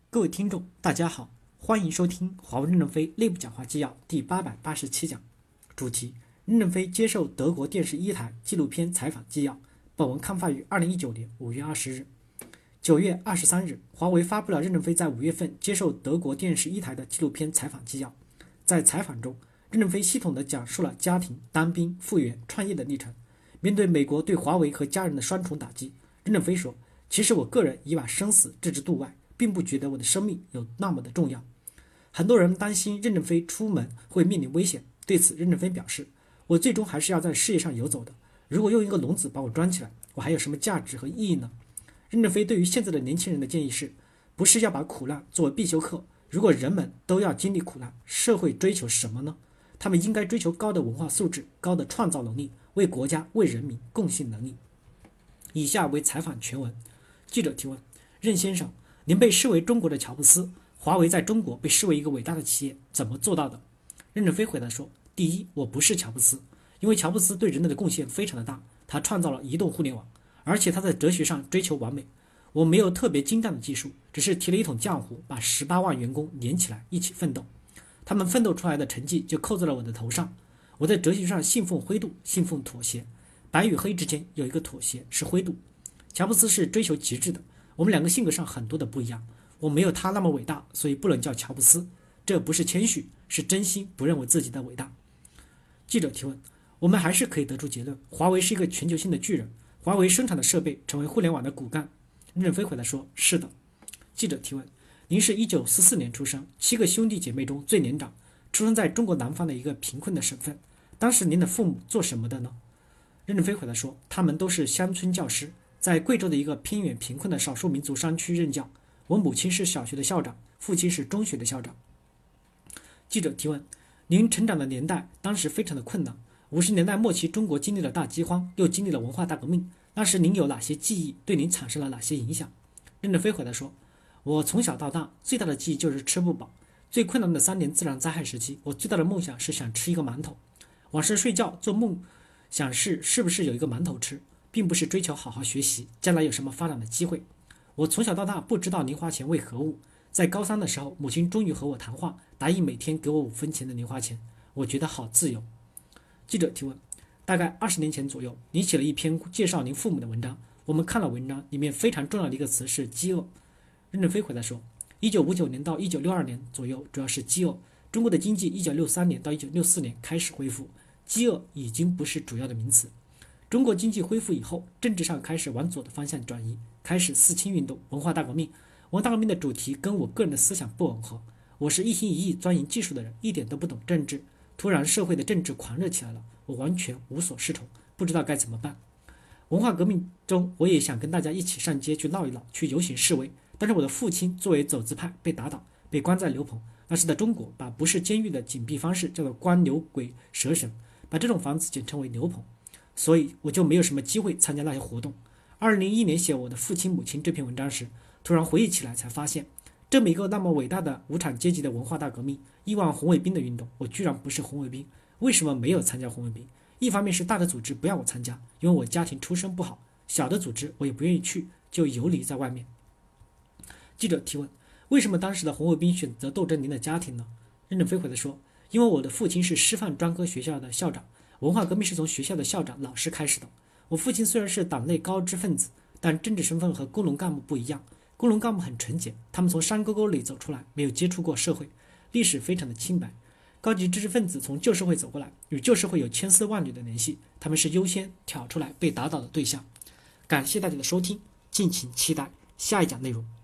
各位听众，大家好，欢迎收听华为任正非内部讲话纪要第887讲，主题：任正非接受德国电视一台纪录片采访纪要。本文刊发于2019年5月20日。9月23日，华为发布了任正非在5月份接受德国电视一台的纪录片采访纪要。在采访中，任正非系统地讲述了家庭、当兵、复员、创业的历程。面对美国对华为和家人的双重打击，任正非说：“其实我个人已把生死置之度外，并不觉得我的生命有那么的重要。”很多人担心任正非出门会面临危险，对此任正非表示：“我最终还是要在事业上游走的。如果用一个笼子把我装起来，我还有什么价值和意义呢？”任正非对于现在的年轻人的建议是：不是要把苦难作为必修课？如果人们都要经历苦难，社会追求什么呢？他们应该追求高的文化素质、高的创造能力，为国家、为人民贡献能力。以下为采访全文。记者提问：任先生，您被视为中国的乔布斯，华为在中国被视为一个伟大的企业，怎么做到的？任正非回答说：第一，我不是乔布斯，因为乔布斯对人类的贡献非常的大，他创造了移动互联网，而且他在哲学上追求完美。我没有特别精湛的技术，只是提了一桶浆糊，把18万员工连起来一起奋斗，他们奋斗出来的成绩就扣在了我的头上。我在哲学上信奉灰度，信奉妥协，白与黑之间有一个妥协，是灰度。乔布斯是追求极致的，我们两个性格上很多的不一样，我没有他那么伟大，所以不能叫乔布斯。这不是谦虚，是真心不认为自己的伟大。记者提问：我们还是可以得出结论，华为是一个全球性的巨人，华为生产的设备成为互联网的骨干。任正非回答说：是的。记者提问：您是1944年出生，7个兄弟姐妹中最年长，出生在中国南方的一个贫困的省份，当时您的父母做什么的呢？任正非回答说：他们都是乡村教师，在贵州的一个偏远贫困的少数民族山区任教。我母亲是小学的校长，父亲是中学的校长。记者提问：您成长的年代当时非常的困难，50年代末期中国经历了大饥荒，又经历了文化大革命，那时您有哪些记忆，对您产生了哪些影响？任正非回答说：我从小到大最大的记忆就是吃不饱，最困难的3年自然灾害时期，我最大的梦想是想吃一个馒头，晚上睡觉做梦想是不是有一个馒头吃，并不是追求好好学习，将来有什么发展的机会。我从小到大不知道零花钱为何物，在高3的时候，母亲终于和我谈话，答应每天给我5分钱的零花钱，我觉得好自由。记者提问：大概20年前左右，您写了一篇介绍您父母的文章，我们看了文章，里面非常重要的一个词是饥饿。任正非回答说：1959年到1962年左右主要是饥饿，中国的经济1963年到1964年开始恢复，饥饿已经不是主要的名词。中国经济恢复以后，政治上开始往左的方向转移，开始四清运动、文化大革命。文化大革命的主题跟我个人的思想不吻合，我是一心一意钻研技术的人，一点都不懂政治。突然社会的政治狂热起来了，我完全无所适从，不知道该怎么办。文化革命中，我也想跟大家一起上街去闹一闹，去游行示威，但是我的父亲作为走资派被打倒，被关在牛棚。那是在中国，把不是监狱的紧闭方式叫做关牛鬼蛇神，把这种房子简称为牛棚，所以我就没有什么机会参加那些活动。2001年写我的父亲母亲这篇文章时，突然回忆起来，才发现这么一个那么伟大的无产阶级的文化大革命，亿万红卫兵的运动，我居然不是红卫兵。为什么没有参加红卫兵？一方面是大的组织不让我参加，因为我家庭出身不好，小的组织我也不愿意去，就游离在外面。记者提问：为什么当时的红卫兵选择斗争您的家庭呢？任正非回答说：因为我的父亲是师范专科学校的校长，文化革命是从学校的校长老师开始的。我父亲虽然是党内高知分子，但政治身份和工农干部不一样，工农干部很纯洁，他们从山沟沟里走出来，没有接触过社会，历史非常的清白。高级知识分子从旧社会走过来，与旧社会有千丝万缕的联系，他们是优先挑出来被打倒的对象。感谢大家的收听，敬请期待下一讲内容。